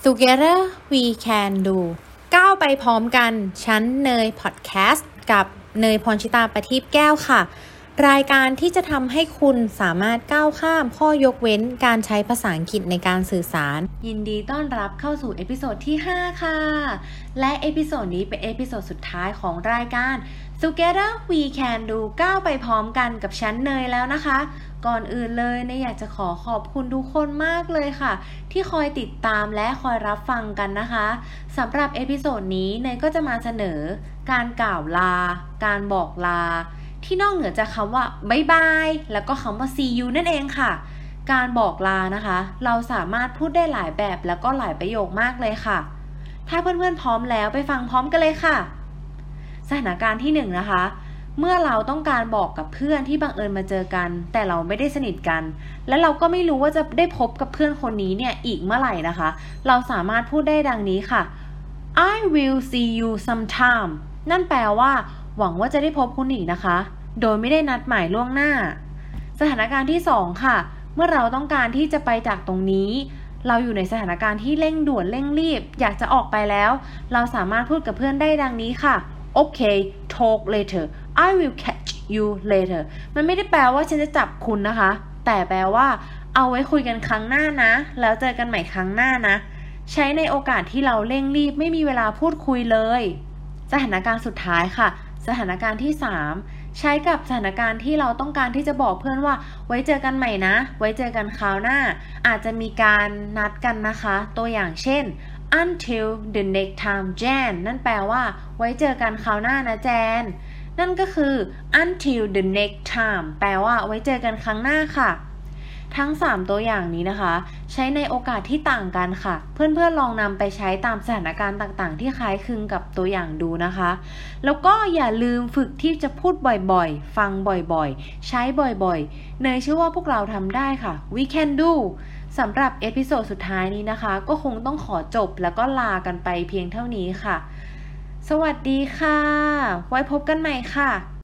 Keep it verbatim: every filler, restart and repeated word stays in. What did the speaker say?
Together we can do ก้าวไปพร้อมกันฉันเนยพอดแคสต์กับเนยพรชิตาประทีปแก้วค่ะรายการที่จะทำให้คุณสามารถก้าวข้ามข้อยกเว้นการใช้ภาษาอังกฤษในการสื่อสารยินดีต้อนรับเข้าสู่เอพิโซดที่ห้าค่ะและเอพิโซดนี้เป็นเอพิโซดสุดท้ายของรายการ Together we can do ก้าวไปพร้อมกันกับฉันเนยแล้วนะคะก่อนอื่นเลยเนยอยากจะขอขอบคุณทุกคนมากเลยค่ะที่คอยติดตามและคอยรับฟังกันนะคะสำหรับเอพิโซดนี้เนยก็จะมาเสนอการกล่าวลาการบอกลาที่นอกเหนือจากคำว่าบ๊ายบายแล้วก็คำว่า see you นั่นเองค่ะการบอกลานะคะเราสามารถพูดได้หลายแบบแล้วก็หลายประโยคมากเลยค่ะถ้าเพื่อนๆพร้อมแล้วไปฟังพร้อมกันเลยค่ะสถานการณ์ที่หนึ่งนะคะเมื่อเราต้องการบอกกับเพื่อนที่บังเอิญมาเจอกันแต่เราไม่ได้สนิทกันและเราก็ไม่รู้ว่าจะได้พบกับเพื่อนคนนี้เนี่ยอีกเมื่อไหร่นะคะเราสามารถพูดได้ดังนี้ค่ะ I will see you sometime นั่นแปลว่าหวังว่าจะได้พบคุณอีกนะคะโดยไม่ได้นัดหมายล่วงหน้าสถานการณ์ที่สองค่ะเมื่อเราต้องการที่จะไปจากตรงนี้เราอยู่ในสถานการณ์ที่เร่งด่วนเร่งรีบอยากจะออกไปแล้วเราสามารถพูดกับเพื่อนได้ดังนี้ค่ะ Okay talk later I will catch you later มันไม่ได้แปลว่าฉันจะจับคุณนะคะแต่แปลว่าเอาไว้คุยกันครั้งหน้านะแล้วเจอกันใหม่ครั้งหน้านะใช้ในโอกาสที่เราเร่งรีบไม่มีเวลาพูดคุยเลยสถานการณ์สุดท้ายค่ะสถานการณ์ที่สามใช้กับสถานการณ์ที่เราต้องการที่จะบอกเพื่อนว่าไว้เจอกันใหม่นะไว้เจอกันคราวหน้าอาจจะมีการนัดกันนะคะตัวอย่างเช่น until the next time Jan นั่นแปลว่าไว้เจอกันคราวหน้านะแจนนั่นก็คือ until the next time แปลว่าไว้เจอกันครั้งหน้าค่ะทั้งสามตัวอย่างนี้นะคะใช้ในโอกาสที่ต่างกันค่ะเพื่อนๆลองนำไปใช้ตามสถานการณ์ต่างๆที่คล้ายคลึงกับตัวอย่างดูนะคะแล้วก็อย่าลืมฝึกที่จะพูดบ่อยๆฟังบ่อยๆใช้บ่อยๆเนยเชื่อว่าพวกเราทำได้ค่ะ we can do สำหรับเอพิโซดสุดท้ายนี้นะคะก็คงต้องขอจบแล้วก็ลากันไปเพียงเท่านี้ค่ะสวัสดีค่ะไว้พบกันใหม่ค่ะ